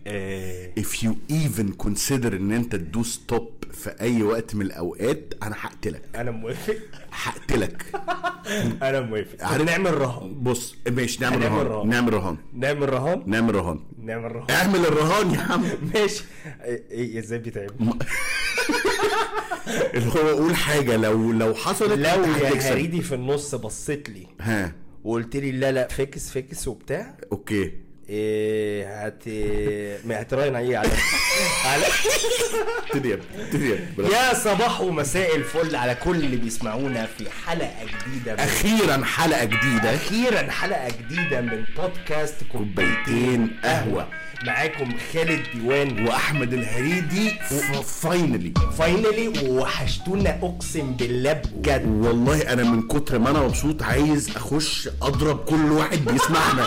if you even consider ان انت تدو ستوب في اي وقت من الاوقات انا هقتلك. انا موافق هقتلك. انا موافق. نعمل رهان. بص ماشي نعمل رهان. نعمل رهان. اعمل الرهان يا عم. ماشي. ايه ازاي بيتعمل؟ اللي هو اقول حاجه لو حصلت لو يا هريدي في النص بصيت لي وقلت لي لا فكس وبتاع اوكي ايه هتراين عليه على تديب يا صباح ومساء الفل على كل اللي بيسمعونا في حلقه جديده اخيرا حلقه جديده من بودكاست كوبايتين قهوه. معاكم خالد ديوان واحمد الهريدي. فاينلي وحشتونا اقسم بالله بجد والله. انا من كتر ما انا مبسوط عايز اخش اضرب كل واحد بيسمعنا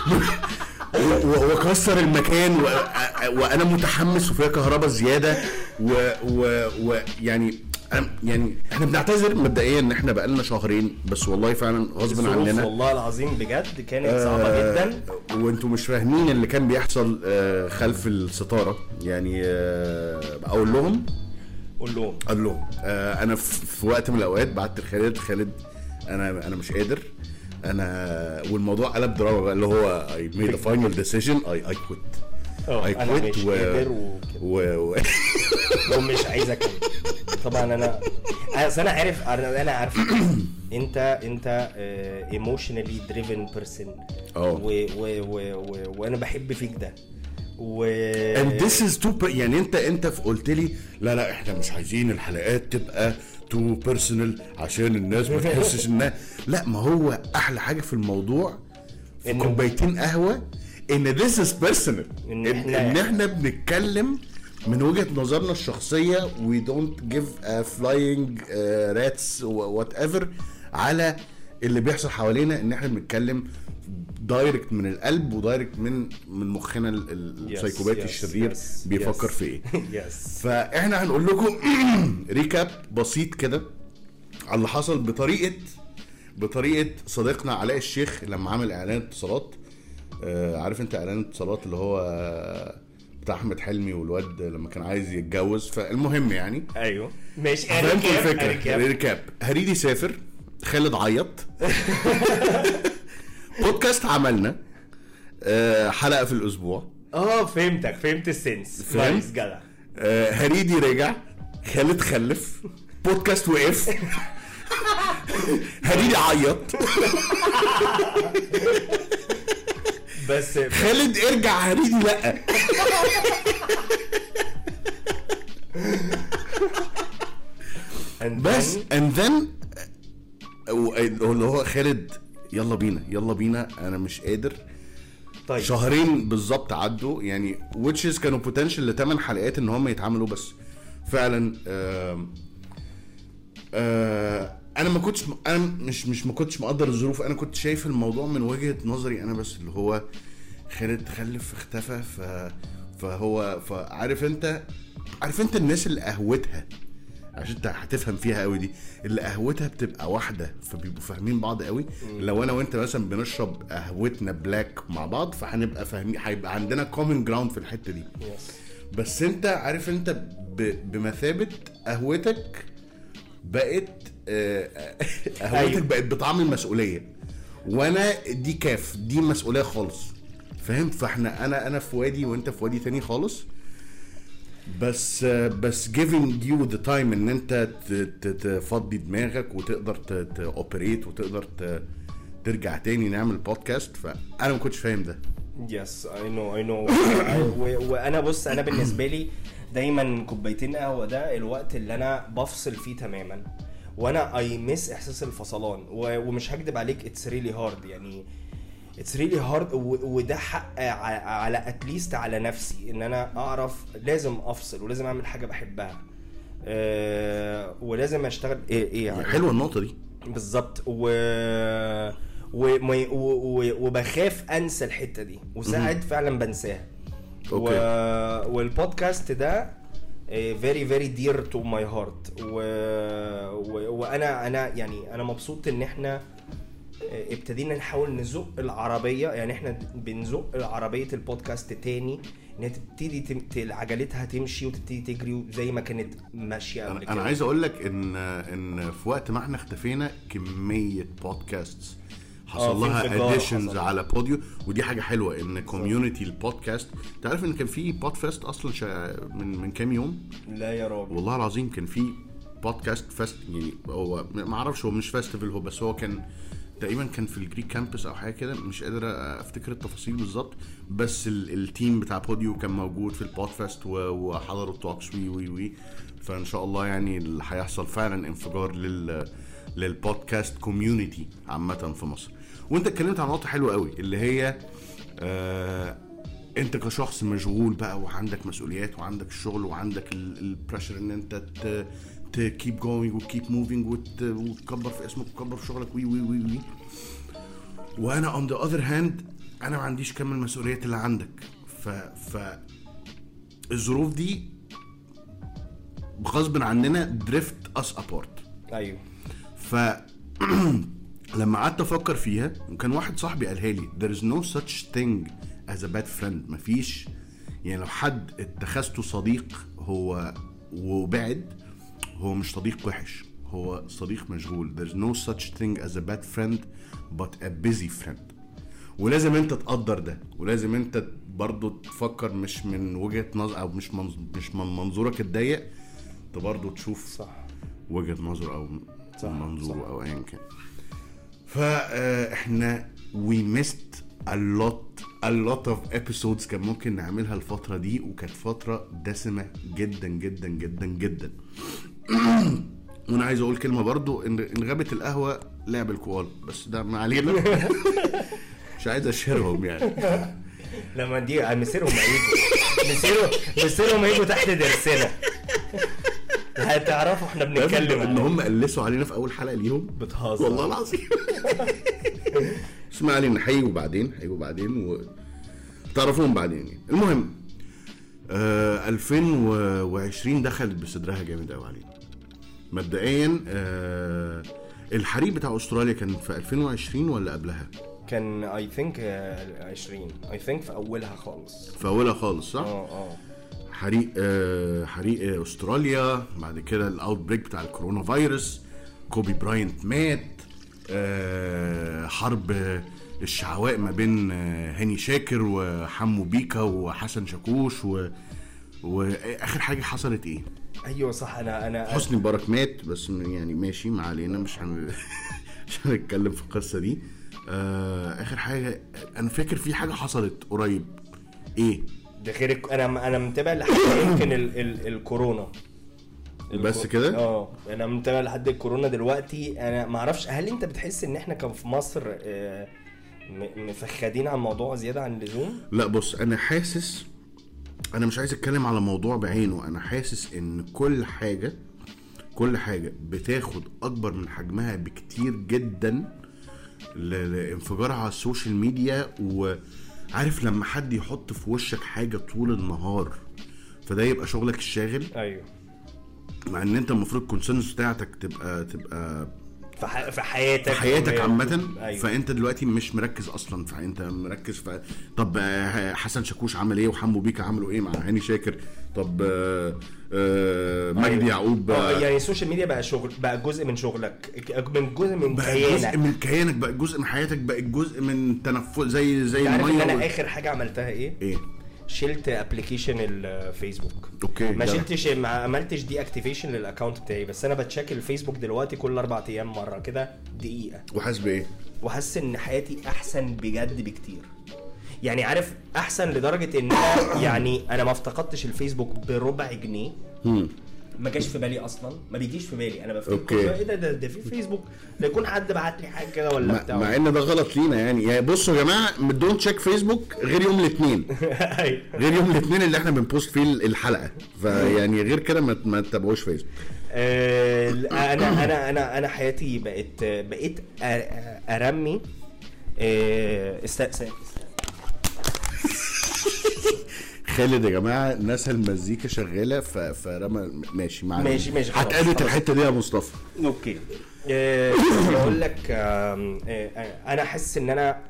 وكسر المكان وانا متحمس وفيها كهرباء زياده ويعني يعني احنا بنعتذر مبدئيا ان احنا بقالنا شهرين بس والله فعلا غصب عننا والله العظيم بجد كانت صعبه جدا وانتوا مش فاهمين اللي كان بيحصل خلف الستاره يعني. اقول لهم انا في وقت من الاوقات بعت خالد انا مش قادر انا والموضوع قلب دراما بقى اللي هو I made a final decision I quit ومش عايز اكمل. طبعا انا عارف انت emotionally driven person وانا بحب فيك ده and this is too يعني انت قلت لي لا احنا مش عايزين الحلقات تبقى تو بيرسونال عشان الناس ما تحسش انها لا. ما هو احلى حاجه في الموضوع في كوبايتين قهوه ان this is personal ان احنا بنتكلم من وجهه نظرنا الشخصيه we don't give a flying rats whatever على اللي بيحصل حوالينا. ان احنا بنتكلم دايركت من القلب ودايركت من مخنا السايكوباتي الشرير بيفكر في ايه. فاحنا هنقول لكم ريكاب بسيط كده على اللي حصل بطريقه صديقنا علاء الشيخ لما عمل اعلان اتصالات. عارف انت اعلان اتصالات اللي هو بتاع احمد حلمي والواد لما كان عايز يتجوز. فالمهم يعني ايوه ماشي ريكاب. هريدي سافر، خالد عيط بودكاست عملنا حلقه في الاسبوع. فهمت السنس نايس جدع. هريدي رجع، خالد خلف، بودكاست وقف، هريدي عيط بس خالد ارجع، هريدي لا. بس and then اللي هو خالد يلا بينا انا مش قادر. طيب شهرين بالظبط عدوا يعني which is كانوا potential ل8 حلقات ان هم يتعملوا. بس فعلا انا ما كنتش مقدر الظروف. انا كنت شايف الموضوع من وجهة نظري انا بس اللي هو خالد خلف اختفى فهو عارف انت الناس اللي قهوتها عشان انت هتفهم فيها قوي دي اللي قهوتها بتبقى واحده فبيبقوا فاهمين بعض قوي. لو انا وانت مثلا بنشرب قهوتنا بلاك مع بعض فهنبقى فاهمين، هيبقى عندنا كومن جراوند في الحته دي. بس انت عارف انت بمثابه قهوتك بقت قهوتك بقت بطعم المسؤوليه وانا دي كاف دي مسؤوليه خالص فاهم. فاحنا انا في وادي وانت في وادي تاني خالص. بس giving you the time ان انت تفضي دماغك وتقدر تأوبريت وتقدر ترجع تاني نعمل بودكاست. فانا ما كنتش فاهم ده. yes I know وانا بص انا بالنسبه لي دايما كوبايتين قهوه ده الوقت اللي انا بفصل فيه تماما وانا I miss احساس الفصلان ومش هكدب عليك it's really hard يعني it's really hard وده حق على اتليست على نفسي ان انا اعرف لازم افصل ولازم اعمل حاجه بحبها ولازم اشتغل ايه يعني حلوه النقطه دي بالظبط وبخاف انسى الحته دي وساعات فعلا بنساها. والبودكاست ده very very dear to my heart وانا يعني انا مبسوط ان احنا ابتدينا نحاول نزق العربيه، يعني احنا بنزق العربيه البودكاست تاني ان هي تبتدي عجلتها تمشي وتبتدي تجري زي ما كانت ماشيه قبل كده. انا عايز اقول لك ان في وقت ما احنا اختفينا كميه بودكاست حصل لها اديشنز على بوديو، ودي حاجه حلوه ان كوميونتي البودكاست. تعرف ان كان في بودفست اصلا من كام يوم؟ لا يا راجل والله العظيم كان في بودكاست فست، يعني هو ما اعرفش هو مش فestival، هو بس هو كان تقريبا كان في الجريك كامبس او حاجه كده، مش قادر افتكر التفاصيل بالظبط، بس التيم بتاع بوديو كان موجود في البودفست وحضروا التوكس وي فان شاء الله يعني اللي هيحصل فعلا انفجار للبودكاست كوميونتي عامه في مصر. وانت اتكلمت عن نقطه حلوه قوي اللي هي انت كشخص مشغول بقى وعندك مسؤوليات وعندك الشغل وعندك البريشر ان انت keep going و keep moving وتكبر في اسمك وتكبر في شغلك وي وانا on the other hand انا ما عنديش كم المسؤوليات اللي عندك. ف الظروف دي غصب عننا drift us apart. ايوه. ف لما قعدت افكر فيها وكان واحد صاحبي قالها لي there is no such thing as a bad friend. مفيش يعني لو حد اتخذته صديق هو وبعد هو مش صديق وحش، هو صديق مشغول. there's no such thing as a bad friend but a busy friend. ولازم انت تقدر ده، ولازم انت برضو تفكر مش من وجهة نظر او مش من منظورك الضيق، انت برضو تشوف صح وجهة نظر او صح منظور صح. او ايا كان. فاحنا we missed a lot of episodes كان ممكن نعملها الفترة دي، وكانت فترة دسمة جدا جدا جدا جدا. وانا عايز اقول كلمة برضو ان غابة القهوة لعب الكوال، بس ده ما علينا. مش عايز اشهرهم يعني. لما دي مسيرهم مسيرهم هيجوا تحت درسنا هتعرفوا احنا بنتكلم ان هم قلسوا علينا في اول حلقة ليهم. بتهزر والله العظيم. اسمع علينا هيجوا بعدين وتعرفون بعدين يعني. المهم 2020 دخلت بصدرها جامد قوي علينا مبدئيا. الحريق بتاع استراليا كان في 2020 ولا قبلها؟ كان I think 20 I think في اولها خالص صح؟ حريق استراليا. بعد كده الاوت بريك بتاع الكورونا فيروس، كوبي براينت مات، حرب الشعواء ما بين هاني شاكر وحمو بيكا وحسن شاكوش واخر حاجه حصلت ايه؟ ايوه صح. انا حسني مبارك مات، بس يعني ماشي ما علينا، مش هنتكلم في القصه دي. اخر حاجه انا فاكر في حاجه حصلت قريب. ايه ده غير انا متابع لحد يمكن الكورونا بس كده. انا متابع لحد الكورونا دلوقتي. انا ما اعرفش هل انت بتحس ان احنا كان في مصر مفخدين عن الموضوع زياده عن اللزوم؟ لا بص، انا حاسس، انا مش عايز اتكلم على موضوع بعينه، انا حاسس ان كل حاجه بتاخد اكبر من حجمها بكتير جدا لانفجارها على السوشيال ميديا. وعارف لما حد يحط في وشك حاجه طول النهار فده يبقى شغلك الشاغل. ايوه. مع ان انت المفروض الكونسنس بتاعتك تبقى في حياتك عامه. أيوة. فانت دلوقتي مش مركز اصلا، فانت مركز في طب حسن شاكوش عمل ايه وحمو بيكا عملوا ايه مع هاني شاكر، طب مجدي يعقوب. يعني السوشيال ميديا بقى شغل، بقى جزء من شغلك، جزء من كيانك، بقى جزء من حياتك، بقى جزء من تنفس زي الميه. انا اخر حاجه عملتها ايه؟ شلت ابلكيشن الفيسبوك. اوكي. ما عملتش دي اكتيفيشن للاكونت بتاعي، بس انا بتشيك الفيسبوك دلوقتي كل 4 ايام مره كده دقيقه. وحاسس بايه؟ وحاسس ان حياتي احسن بجد بكتير. يعني عارف احسن لدرجه ان يعني انا ما افتقدتش الفيسبوك بربع جنيه. ما جاش في بالي اصلا، ما بيجيش في بالي. انا بفتكر ايه ده في فيسبوك، لا يكون حد بعت لي حاجه كده ولا بتاع. مع ان ده غلط لينا يعني بصوا يا جماعه، دونت تشيك فيسبوك غير يوم الاثنين. غير يوم الاثنين اللي احنا بنبوست فيه الحلقه، فيعني غير كده ما تتابعوش فيسبوك. انا حياتي بقيت ارمي خالد يا جماعه نسى المزيكا شغاله فرمى ماشي معانا ماشي هتقلت الحته دي يا مصطفى. اوكي. بقول لك انا حاسس ان انا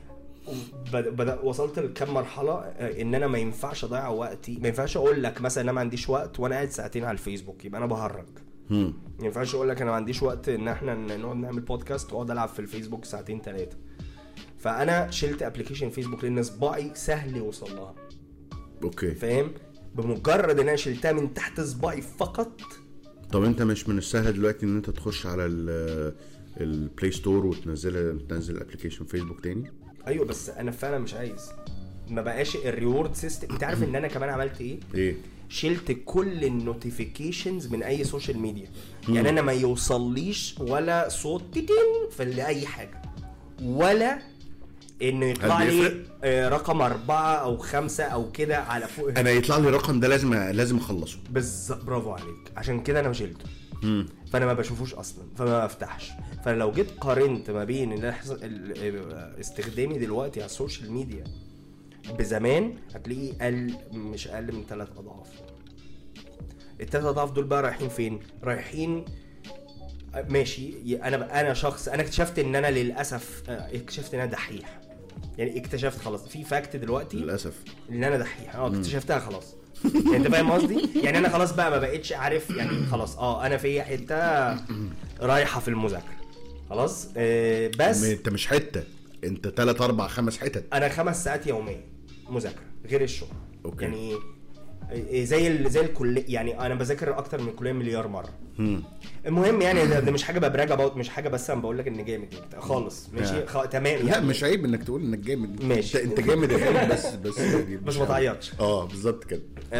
وصلت لكم مرحله ان انا ما ينفعش اضيع وقتي. ما ينفعش اقول لك مثلا انا ما عنديش وقت وانا قاعد ساعتين على الفيسبوك يبقى انا بهرج. ما ينفعش اقول لك انا ما عنديش وقت ان احنا نقعد نعمل بودكاست واقعد العب في الفيسبوك ساعتين 3. فانا شلت ابلكيشن فيسبوك لان صباعي سهل يوصل لها. اوكي فاهم؟ بمجرد ان انا شلتها من تحت صباعي فقط. طب انت مش من السهل دلوقتي ان انت تخش على البلاي ستور تنزل الابلكيشن فيسبوك تاني؟ ايوه بس انا فعلا مش عايز. ما بقاش الريورد سيستم. انت عارف ان انا كمان عملت ايه؟ شلت كل النوتيفيكيشنز من اي سوشيال ميديا. يعني انا ما يوصليش ولا صوت تيتين في اي حاجه ولا انه يطلع لي رقم 4 أو 5 او كده على فوق. انا يطلع لي رقم ده لازم اخلصه. بالظبط برافو عليك. عشان كده انا شلته. فانا ما بشوفوش اصلا فما بفتحش. فلو جيت قارنت ما بين استخدامي دلوقتي على السوشيال ميديا بزمان هتلاقيه قل مش اقل من 3 أضعاف. ال3 أضعاف دول بقى رايحين فين؟ رايحين ماشي. انا شخص انا اكتشفت ان انا للاسف اكتشفت ان انا دحيح. يعني اكتشفت خلاص في فاكت دلوقتي للاسف ان انا دحيح. اكتشفتها خلاص. يعني انت فاهم قصدي؟ يعني انا خلاص بقى ما بقتش عارف يعني خلاص انا في حته رايحه في المذاكره خلاص. بس انت مش حته، انت 3 4 5 حتت. انا 5 ساعات يوميا مذاكره غير الشغل. أوكي. يعني زي الكليه. يعني انا بذاكر اكتر من الكليه مليار مره. المهم يعني ده مش حاجه ببراج اباوت، مش حاجه بس انا بقول لك ان جامد خالص. ماشي تمام يعني. لا مش عيب انك تقول انك جامد. ماشي. انت جامد يا خالد بس مش بتعيطش. بالظبط كده.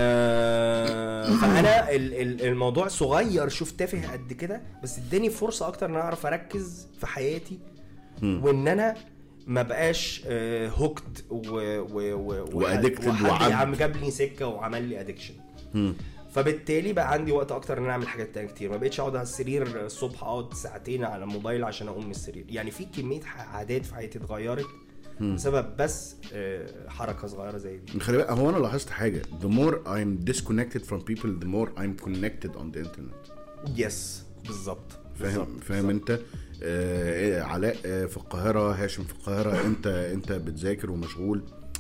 فانا الموضوع صغير شوف تافه قد كده بس اداني فرصه اكتر ان انا اعرف اركز في حياتي وان انا ما بقاش هوكد وادكتد وحد عم جاب لي سكه وعمل لي ادكشن. فبالتالي بقى عندي وقت اكتر ان انا اعمل حاجات تانية كتير. ما بقيتش اقعد على السرير الصبح اقعد ساعتين على الموبايل عشان اقوم من السرير. يعني في كميه عادات في حياتي اتغيرت بسبب بس حركه صغيره زي دي. خلي بالك هو انا لاحظت حاجه the more I'm disconnected from people the more I'm connected on the internet. يس بالظبط. فاهم انت. علاء في القاهره، هاشم في القاهره، انت بتذاكر ومشغول.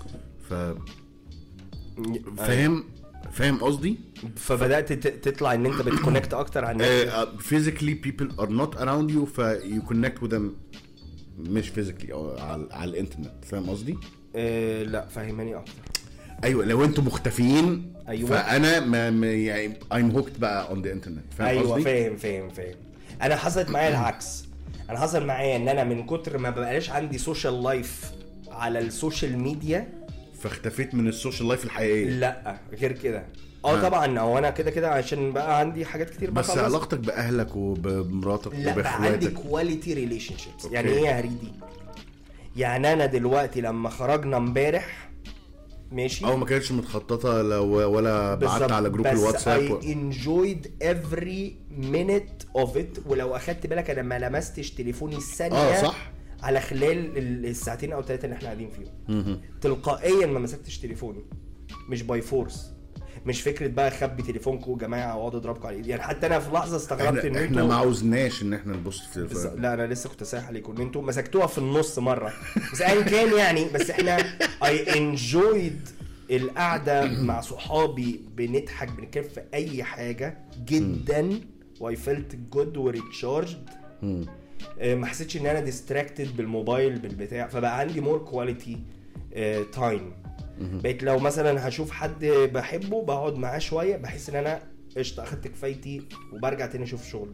فاهم قصدي. فبدات تطلع ان انت بتكونكت اكتر عن physically people are not around you you connect with them مش physically على الانترنت. فاهم قصدي؟ لا فهماني اكتر. ايوه لو انتوا مختفيين. أيوة. فانا ما يعني I'm hooked بقى on the internet. فاهم قصدي؟ ايوه فاهم. انا حصلت معايا العكس. انا حصل معايا ان انا من كتر ما بقاش عندي سوشيال لايف على السوشيال ميديا فاختفيت من السوشيال لايف الحقيقيه. لا غير كده طبعا او انا كده عشان بقى عندي حاجات كتير بس علاقتك باهلك وبمراتك وباخواتك. لا عندي كواليتي ريليشن شيبس. يعني ايه يا هريدي؟ يعني انا دلوقتي لما خرجنا امبارح ماشي ما كانتش متخططه ولا بعت على جروب الواتساب. I enjoyed every minute of it. ولو اخدت بالك انا ما لمستش تليفوني الثانيه صح على خلال الساعتين او 3 اللي احنا قاعدين فيهم. تلقائيا ما مسكتش تليفوني مش باي فورس. مش فكره بقى خبي تليفونكم يا جماعه واقعدوا اضربكم عليه. يعني حتى انا في لحظه استغربت ان احنا ما عاوزناش ان احنا نبص في لا انا لسه كنت سايح عليكم ان انتوا مسكتوها في النص مره بس ايا كان يعني. بس احنا I enjoyed القعده مع صحابي بنضحك بنتكلم في اي حاجه جدا و I felt good و recharged. ما حسيتش ان انا ديستراكتد بالموبايل بالبتاع. فبقى عندي مور كواليتي تايم. بقيت لو مثلا هشوف حد بحبه بقعد معاه شويه بحس ان انا قشطه اخدت كفايتي وبرجع تاني اشوف شغلي.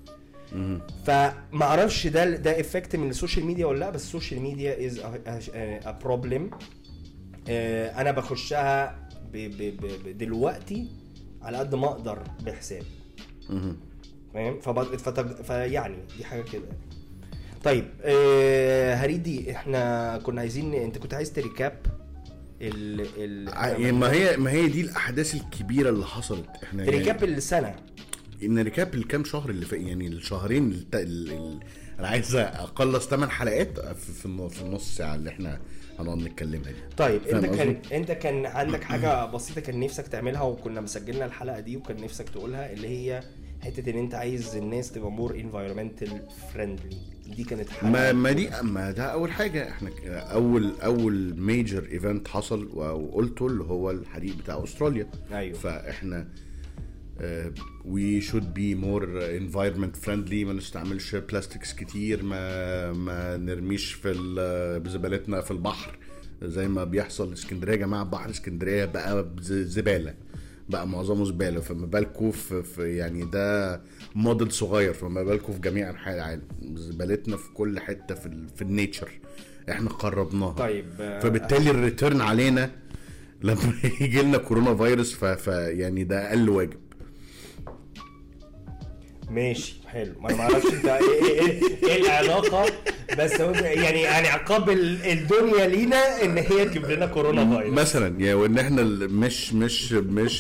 فما اعرفش ده افكت من السوشيال ميديا ولا لا. بس السوشيال ميديا از ا بروبلم. انا بخشها دلوقتي على قد ما اقدر بحساب. فاهم؟ فيعني دي حاجه كده. طيب هريدي احنا كنا عايزين انت كنت عايز تريكاب ما هي دي الاحداث الكبيره اللي حصلت. احنا ريكاب يعني السنه ان ريكاب الكام شهر اللي يعني الشهرين انا عايز اقلص 8 حلقات في النص ساعه اللي احنا هنقعد نتكلمها دي. طيب فاهم انت كان عندك حاجه بسيطه كان نفسك تعملها وكنا مسجلنا الحلقه دي وكان نفسك تقولها، اللي هي حته ان انت عايز الناس تبقى مور انفايرمنتال فريندلي. دي كانت حاجه ما ده اول حاجه. احنا اول ميجر ايفنت حصل وقلته اللي هو الحريق بتاع استراليا. ايوه. فاحنا we should be more environment friendly. ما نستعملش بلاستيكس كتير، ما نرميش في زبالتنا في البحر زي ما بيحصل. اسكندريه يا جماعه، بحر اسكندريه بقى زباله، بقى معظمه زباله. فما بالكم في يعني ده موديل صغير، فما بالكم في جميع انحاء العالم زبالتنا في كل حته في النيتشر احنا قربناها. طيب فبالتالي الريتيرن علينا لما يجي لنا كورونا فيروس يعني ده اقل واجب. ماشي حلو. ما انا ما اعرفش انت ايه العلاقه، بس يعني عقاب الدنيا لينا ان هي تجيب لنا كورونا فيروس مثلا، يعني وان احنا مش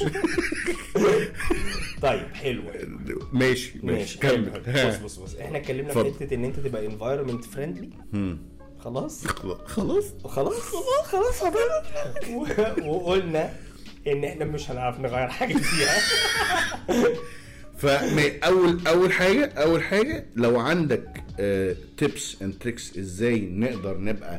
طيب حلو ماشي كمل. بص احنا اتكلمنا في حته ان انت تبقى environment friendly. خلاص وقلنا ان احنا مش هنعرف نغير حاجه فيها. اول حاجه لو عندك تيبس اند تريكس ازاي نقدر نبقى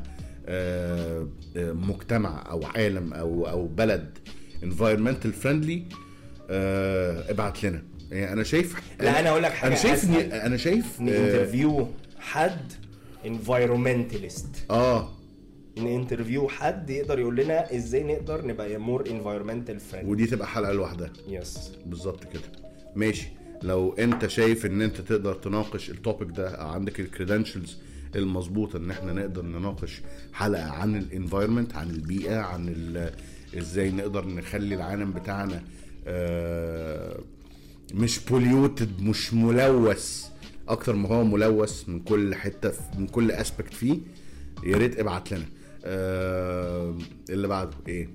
مجتمع او عالم او بلد environmental friendly، ابعت لنا. يعني انا شايف، لا انا اقول لك حاجه، انا شايف انترفيو حد environmentalist، نانترفيو حد يقدر يقول لنا ازاي نقدر نبقى مور environmental friendly، ودي تبقى حلقه لوحدها. يس بالظبط كده. ماشي. لو انت شايف ان انت تقدر تناقش التوبيك ده، عندك الكريدنشلز المظبوطه ان احنا نقدر نناقش حلقه عن الانفايرمنت، عن البيئه، عن ازاي نقدر نخلي العالم بتاعنا مش بوليوتد، مش ملوث اكتر ما هو ملوث من كل حته، من كل اسبكت فيه، يا ريت ابعت لنا. اللي بعده ايه؟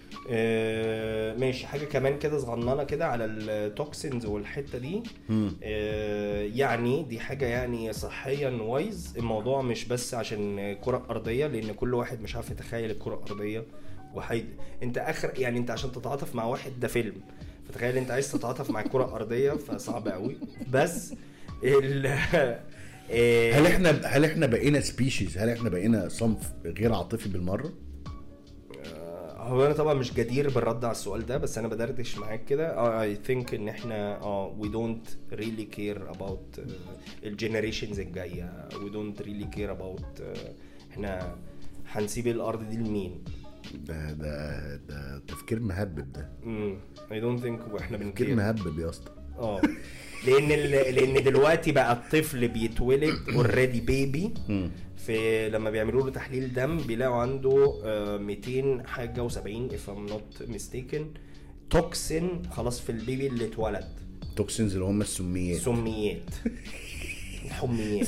ماشي. حاجه كمان كده صغننه كده على التوكسينز والحته دي. يعني دي حاجه يعني صحيا وايز. الموضوع مش بس عشان كره ارضيه، لان كل واحد مش عارف يتخيل الكره الارضيه انت اخر يعني انت عشان تتعاطف مع واحد ده فيلم، فتخيل انت عايز تتعاطف مع الكره الارضيه فصعب قوي. بس هل احنا بقينا سبيشيز؟ هل احنا بقينا صنف غير عاطفي بالمره؟ هو انا طبعا مش جدير بالرد على السؤال ده، بس انا بدردش معاك كده. I think ان احنا we don't really care about الجنريشنز الجايه. we don't really care about احنا هنسيب الارض دي لمين. ده تفكير مهبب ده. I don't think واحنا تفكير مهبب يا اسطى. لان دلوقتي بقى الطفل بيتولد اوريدي بيبي، في لما بيعملوا له تحليل دم بيلاقوا عنده 200 حاجه و70 if I'm not mistaken توكسين خلاص في البيبي اللي اتولد. توكسينز اللي هم السميات الحميات.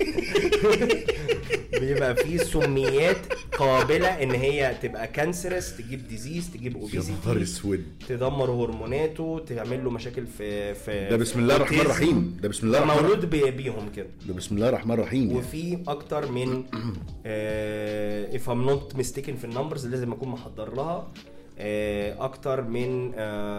بيبقى فيه سميات قابله ان هي تبقى كانسرس، تجيب ديزيز، تجيب اوبيسيتي، تدمر هرموناته، تعمل له مشاكل في ده بسم الله الرحمن الرحيم. ده بسم الله الرحمن الرحيم. مولود بيهم كده. ده بسم الله الرحمن الرحيم. وفي اكتر من if I'm not mistaken في النمبرز لازم اكون محضر لها اكتر من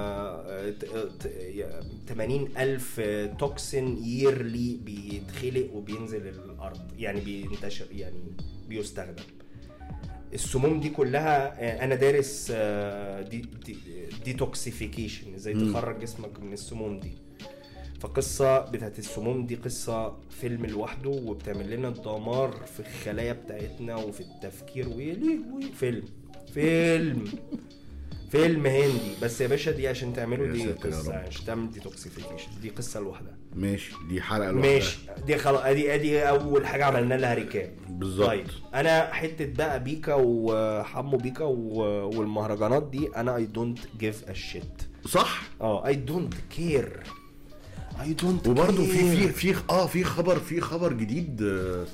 80,000 توكسين ييرلي بيتخلق وبينزل الارض، يعني بينتشر، يعني بيستخدم. السموم دي كلها انا دارس ديتوكسيفيكيشن، ازاي تخرج جسمك من السموم دي. فقصة بتاعت السموم دي قصة فيلم لوحده، وبتعمل لنا الدمار في الخلايا بتاعتنا وفي التفكير. فيلم هندي بس يا باشا. دي عشان تعملوا دي قصة، عشان تعمل ديتوكسيفيكيشن دي قصة لوحدها. ماشي، دي حلقة لوحدها. ماشي، دي خلاص. ادي اول حاجة عملنا لها ريكاب بالظبط. طيب انا حتة بقى بيكا وحمو بيكا والمهرجانات دي، انا I don't give a shit. صح. I don't care. وبرضه في خبر جديد.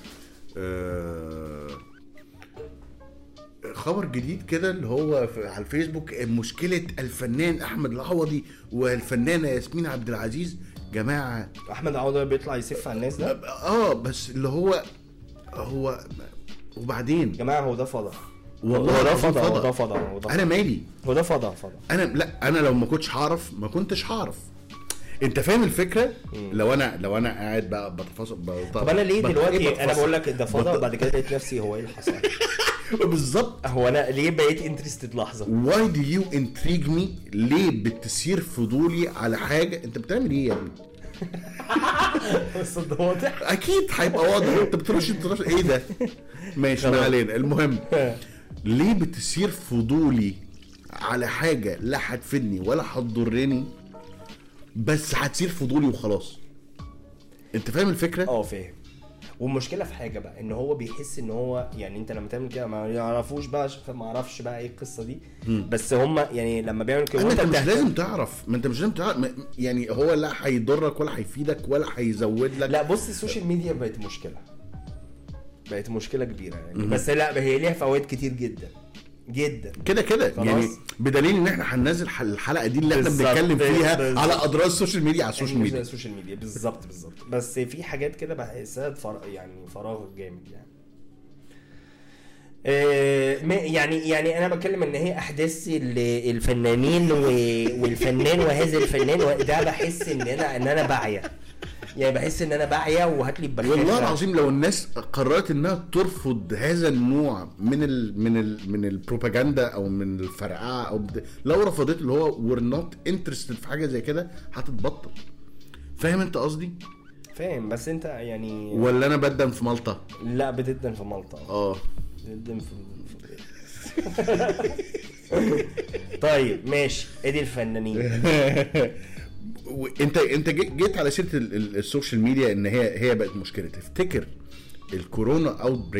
خبر جديد كده اللي هو على الفيسبوك، مشكلة الفنان أحمد العوضي والفنانة ياسمين عبد العزيز. جماعة أحمد العوضي بيطلع يسف على الناس ده. بس اللي هو وبعدين جماعة هو ده فضح. والله وده العظيم فضا وده فضا انا مالي وده فضا انا لو ما كنتش هعرف ما كنتش هعرف. انت فاهم الفكره؟ لو انا قاعد بقى بتفاصل طب انا ليه دلوقتي انا بقول لك ده فضا وبعد كده لقيت نفسي هو ايه اللي حصل بالظبط. هو انا ليه بقيت انترستد لحظه؟ why do you intrigue me؟ ليه بتثير فضولي على حاجه انت بتعمل ايه يا ابني؟ بس ده واضح اكيد هيبقى واضح. انت بترش ايه ده؟ ماشي ما علينا. المهم ليه بتثير فضولي على حاجه لا هتفيدني ولا هتضرني بس هتثير فضولي وخلاص؟ انت فاهم الفكره؟ فاهم. والمشكله في حاجه بقى ان هو بيحس ان هو يعني انت لما تعمل كده ما يعرفوش بقى، ما اعرفش بقى ايه القصه دي. بس هم يعني لما بيعملوا كده انت مش لازم تعرف. ما انت مش لازم تعرف يعني هو لا هيضرك ولا هيفيدك ولا هيزود لك. لا بص السوشيال ميديا بقت مشكله كبيره يعني. بس لا هي ليها فوائد كتير جدا جدا كده يعني بدليل ان احنا هننزل الحلقه دي اللي احنا بنتكلم فيها على اضرار السوشيال ميديا على السوشيال ميديا. بالظبط. بس في حاجات كده بحسها يعني فراغ جامد يعني انا بتكلم ان هي احداث الفنانين والفنان وهذا الفنان ده بحس ان انا باعيه يعني بحس ان انا باعيه وهات لي بخاخه. والله العظيم لو الناس قررت انها ترفض هذا النوع من البروباغندا او من الفرقعه او لو رفضت اللي هو we're not interested في حاجه زي كده هتتبطل. فاهم انت قصدي؟ فاهم. بس انت يعني ولا انا بدن في مالطا؟ لا بتدن في مالطا. بتدن في طيب ماشي. ادي الفنانين. انت جيت على سيره السوشيال ميديا ان هي بقت مشكله. تفتكر الكورونا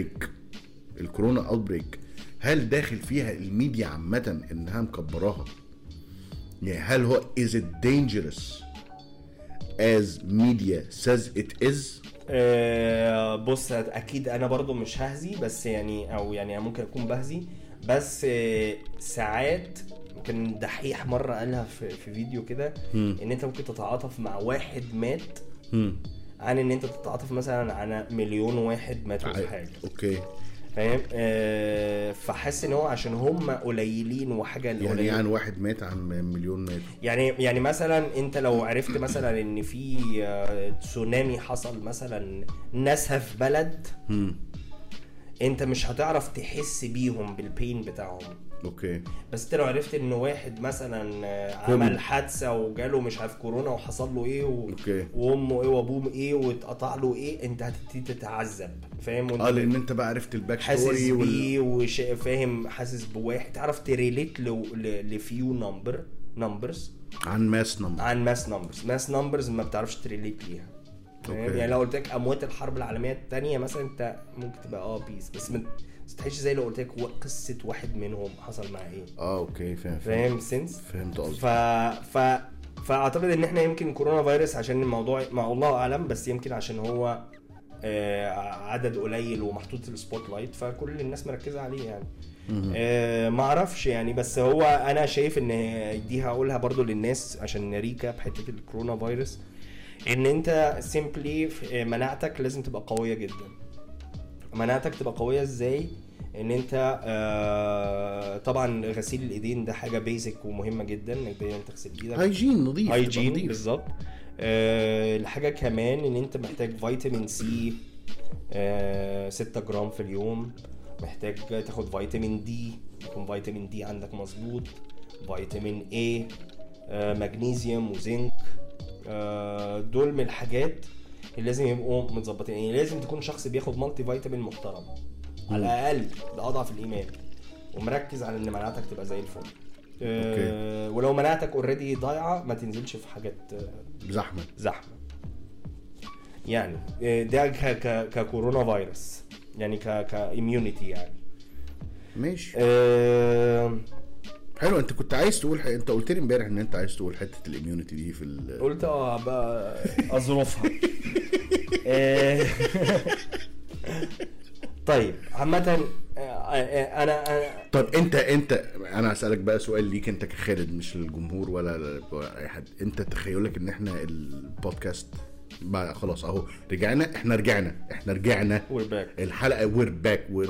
اوت بريك هل داخل فيها الميديا عامه انها مكبراها؟ يعني هل هو is it dangerous as media says it is؟ بص اكيد انا برضو مش ههزي بس يعني او يعني ممكن اكون بهزي بس ساعات كان دحيح مرة قالها في فيديو كده ان انت ممكن تتعاطف مع واحد مات عن ان انت تتعاطف مثلا على مليون واحد ماتوا في حاجة. اوكي فاهم. فحس ان هو عشان هم قليلين وحاجة يعني واحد مات عن مليون مات. يعني مثلا انت لو عرفت مثلا ان في تسونامي حصل مثلا ناسها في بلد انت مش هتعرف تحس بيهم بالبين بتاعهم. اوكي. بس انت لو عرفت ان واحد مثلا عمل حادثه وجاله مش عارف كورونا وحصل له ايه وامه ايه وابوه ايه واتقطع له ايه انت هتبتدي تتعذب. فاهم؟ لان انت بقى عرفت الباك ستوري فاهم حاسس بواحد تعرف تريليت لفيو نمبرز عن ماس نمبرز ما بتعرفش تريليت ليها. يعني لو قلت لك اموات الحرب العالميه الثانيه مثلا انت ممكن تبقى بيس بس مستحيلش زي لو قلت لك قصه واحد منهم حصل معاه ايه. اوكي فاهم سنس. فهمت قصدك. فاعتقد ان احنا يمكن كورونا فيروس عشان الموضوع مع الله اعلم بس يمكن عشان هو عدد قليل ومحطوط السبوت لايت فكل الناس مركزه عليه يعني. ما اعرفش يعني. بس هو انا شايف ان دي هقولها برضو للناس عشان نريكا بحته الكورونا فيروس ان انت سيمبلي مناعتك لازم تبقى قويه جدا. مناعتك تبقى قويه ازاي؟ ان انت طبعا غسيل الايدين ده حاجه بيزك ومهمه جدا انك دايما تغسل ايدك. هايجين نظيف بالظبط. الحاجه كمان ان انت محتاج فيتامين سي 6 جرام في اليوم. محتاج تاخد فيتامين دي يكون فيتامين دي عندك مظبوط. فيتامين اي مغنيسيوم وزنك. دول من الحاجات اللي لازم يبقوا متظبطين. يعني لازم تكون شخص بياخد مالتي فيتامين محترم على الاقل ده اضعف الايمان ومركز على ان مناعتك تبقى زي الفل. ولو مناعتك اوريدي ضايعه ما تنزلش في حاجات زحمه يعني. ده ككورونا فيروس يعني كإيميونيتي يعني. ماشي. حلو. انت كنت عايز تقول انت قلت لي امبارح ان انت عايز تقول حته الاميونيتي دي في قلت بقى اظروفها. طيب عامه انا طب انت انا هسالك بقى سؤال ليك انت كخالد مش للجمهور ولا اي حد. انت تخيلك ان احنا البودكاست بقى خلاص اهو رجعنا احنا رجعنا we're back. الحلقه we're back we're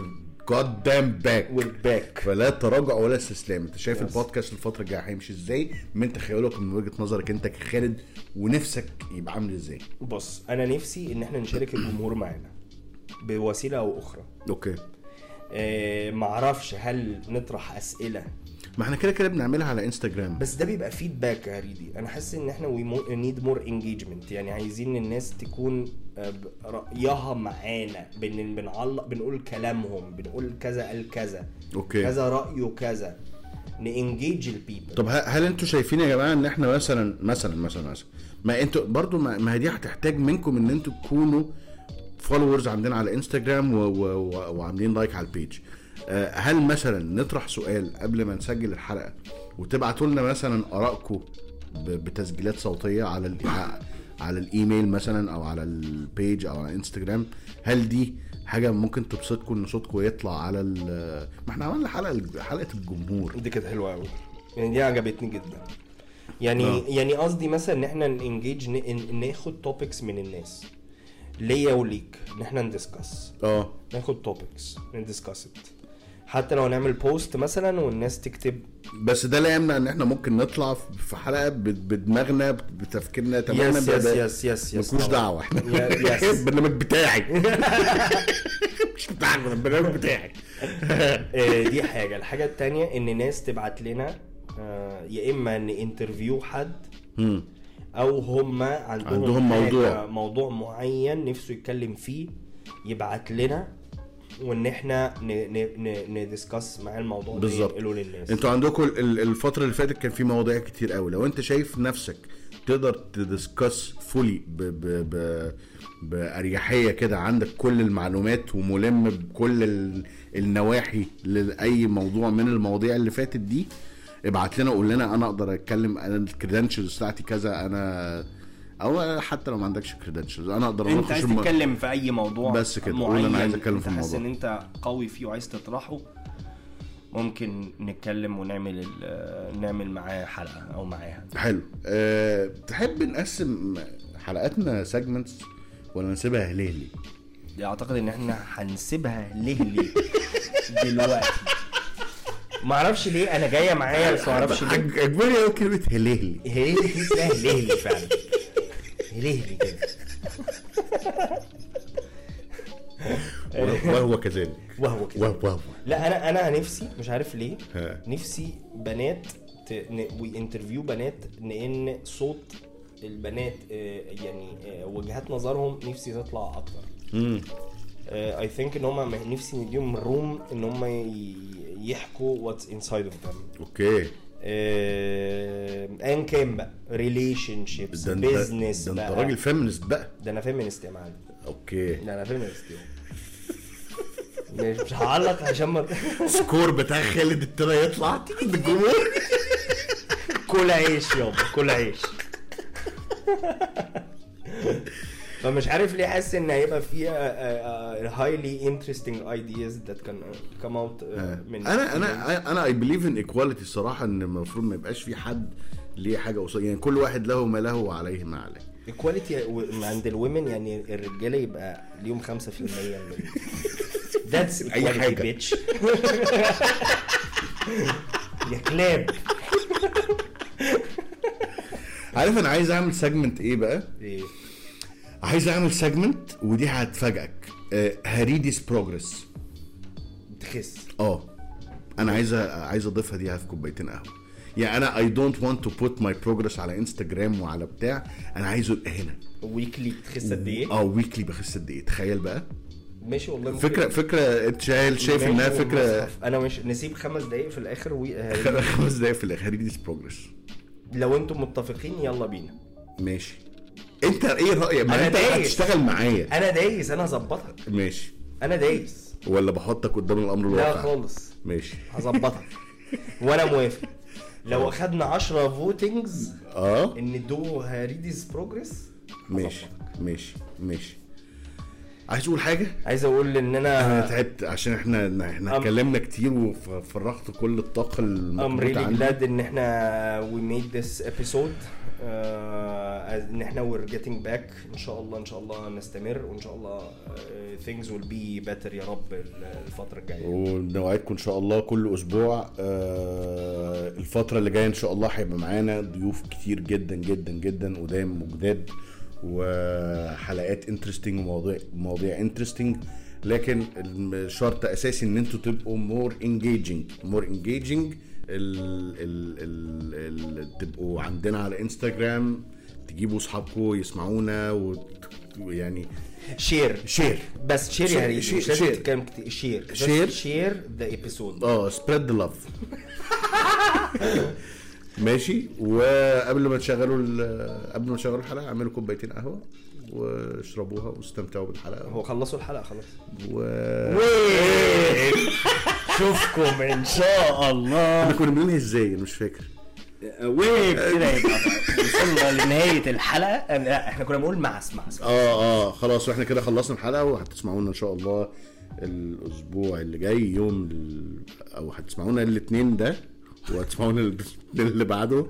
جاد دام باك والباك. فلا تراجع ولا استسلام. انت شايف البودكاست الفتره الجايه هيمشي ازاي من تخيلك من وجهه نظرك انت كخالد ونفسك يبقى عامل ازاي؟ بص انا نفسي ان احنا نشارك الجمهور معانا بوسيله او اخرى. اوكي. معرفش هل نطرح اسئله، ما احنا كده بنعملها على انستجرام، بس ده بيبقى فيدباك يا ريدي. انا حاسس ان احنا we need more engagement، يعني عايزين الناس تكون رأيها معانا، بنعلق، بنقول كلامهم، بنقول كذا قال كذا، اوكي كذا رأيه كذا، نانجيج البيبل. طب هل انتوا شايفين يا جماعه ان احنا مثلا ما انتوا برضو ما دي هتحتاج منكم ان انتوا تكونوا فولورز عندنا على انستجرام وعاملين لايك على البيج. هل مثلا نطرح سؤال قبل ما نسجل الحلقه وتبعتوا لنا مثلا ارائكم بتسجيلات صوتيه على الايميل مثلا او على البيج او على انستجرام؟ هل دي حاجه ممكن تبسطكم ان صوتكم يطلع على ما احنا عملنا حلقه الجمهور دي كانت حلوه قوي، يعني دي عجبتني جدا. يعني قصدي مثلا ان احنا نانجيج، ناخد توبكس من الناس ليا وليك، ان احنا ندسكس، ناخد توبكس ندسكس، حتى لو نعمل بوست مثلا والناس تكتب. بس ده لا يمنع ان احنا ممكن نطلع في حلقه بدماغنا بتفكيرنا تماما. يس ملكوش دعوه احنا البرنامج بتاعي مش بتاعك، البرنامج بتاعي. دي حاجه. الحاجه التانية ان ناس تبعت لنا يا اما ان انترفيو حد او هم عندهم موضوع معين نفسه يتكلم فيه، يبعت لنا وان احنا ندسكس مع الموضوع ده يقولوا للناس. انتوا عندكم الفتره اللي فاتت كان في مواضيع كتير قوي، لو انت شايف نفسك تقدر تدسكس فولي بأريحية كده، عندك كل المعلومات وملم بكل النواحي لأي موضوع من المواضيع اللي فاتت دي، ابعت لنا وقول لنا انا اقدر اتكلم، انا الكريدنشلز بتاعتي كذا، انا او حتى لو ما عندكش كريدنشلز انا اقدر انت عايز تتكلم في اي موضوع بس كده، قول انا عايز اتكلم في الموضوع حاسس ان انت قوي فيه وعايز تطرحه، ممكن نتكلم نعمل معاه حلقه او معاها. حلو. تحب نقسم حلقاتنا سيجمنتس ولا نسيبها هلهلي؟ اعتقد ان احنا هنسيبها هلهلي دلوقتي. ما اعرفش ليه انا جايه معايا، بس ما اعرفش ليه اجبري قوي كلمه هلهلي. هلهلي فعلا، هلهلي كده. وهو كذلك. لا انا نفسي، مش عارف ليه، نفسي بنات وانترفيو بنات، لان صوت البنات يعني وجهات نظرهم نفسي تطلع اكتر. I think ان هم نفسي نديهم روم ان هم يحكوا what's inside of them. اوكي. ان كان بقى relationships business ده انت راجل فيمينست بقى. ده انا فيمينست يا معلم. اوكي. ده انا فيمينست مش هعلق عشان ما سكور بتاع خالد ابتدى يطلع عند الجمهور. كل عيش يابا، كل عيش. فمش عارف ليه حاسس ان هيبقى فيها highly interesting ideas that can come out من انا I believe in equality الصراحه، ان المفروض ما يبقاش في حد ليه حاجه قصيره، يعني كل واحد له ما له وعليه ما عليه. equality عند الومن، يعني الرجاله يبقى ليهم 5% من that's equality bitch. يا كلاب. عارف انا عايز اعمل سيجمنت ايه بقى؟ ايه؟ عايز اعمل سيجمنت ودي هتفاجئك، هريدي's بروجرس. تخس. انا عايز اضيفها دي في كوبايتين قهوه. يعني انا I don't want to put my progress على انستجرام وعلى بتاع، انا عايزه يبقى هنا ويكلي. تخس قد ايه؟ ويكلي بخس قد ايه؟ تخيل بقى. ماشي والله. فكره انت شايف انها فكره. انا مش نسيب 5 دقايق في الاخر 5 دقايق في الاخر هريدي's بروجرس. لو انتم متفقين يلا بينا. ماشي. انت ايه رايك؟ ما انت هتشتغل معايا. انا دايس، انا هظبطك. ماشي. انا دايس ولا بحطك قدام الامر الواقع؟ لا خالص. ماشي. هظبطك وانا موافق. لو اخدنا 10 فوتنجز ان دو هريدي's بروجرس. ماشي. عايز اقول حاجه. عايز اقول ان انا انا تعبت عشان احنا اتكلمنا كتير وفرغت كل الطاقه I'm الموجوده really عندي. glad ان احنا we made this episode. ان احنا we're getting back ان شاء الله. ان شاء الله نستمر وان شاء الله things will be better يا رب الفترة الجاية. ونوعدكم ان شاء الله كل اسبوع الفتره اللي جايه ان شاء الله هيبقى معانا ضيوف كتير جدا جدا جدا قدام وجداد وحلقات انترستينج ومواضيع انترستينج. لكن الشرط اساسي ان انتوا تبقوا مور انجيجنج تبقوا عندنا على انستغرام، تجيبوا اصحابكم يسمعونا ويعني شير بس شير يعني مش لازم تتكلم كتير. شير ذا ايبيسود. سبريد ذا لاف. ماشي. وقبل ما تشغلوا الحلقه اعملوا كوبايتين قهوه واشربوها واستمتعوا بالحلقه. هو خلصوا الحلقه خلاص. شوفكم ان شاء الله. احنا كنا بنقولها ازاي انا مش فاكر. كده يبقى وصلنا لنهايه الحلقه. لا احنا كنا بنقول مع اسمع. خلاص واحنا كده خلصنا الحلقه وهتسمعونا ان شاء الله الاسبوع اللي جاي يوم او هتسمعونا الاثنين ده وهتسمعونا الاثنين اللي بعده.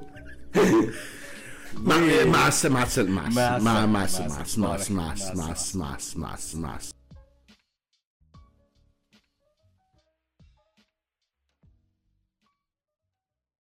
مع السلامه.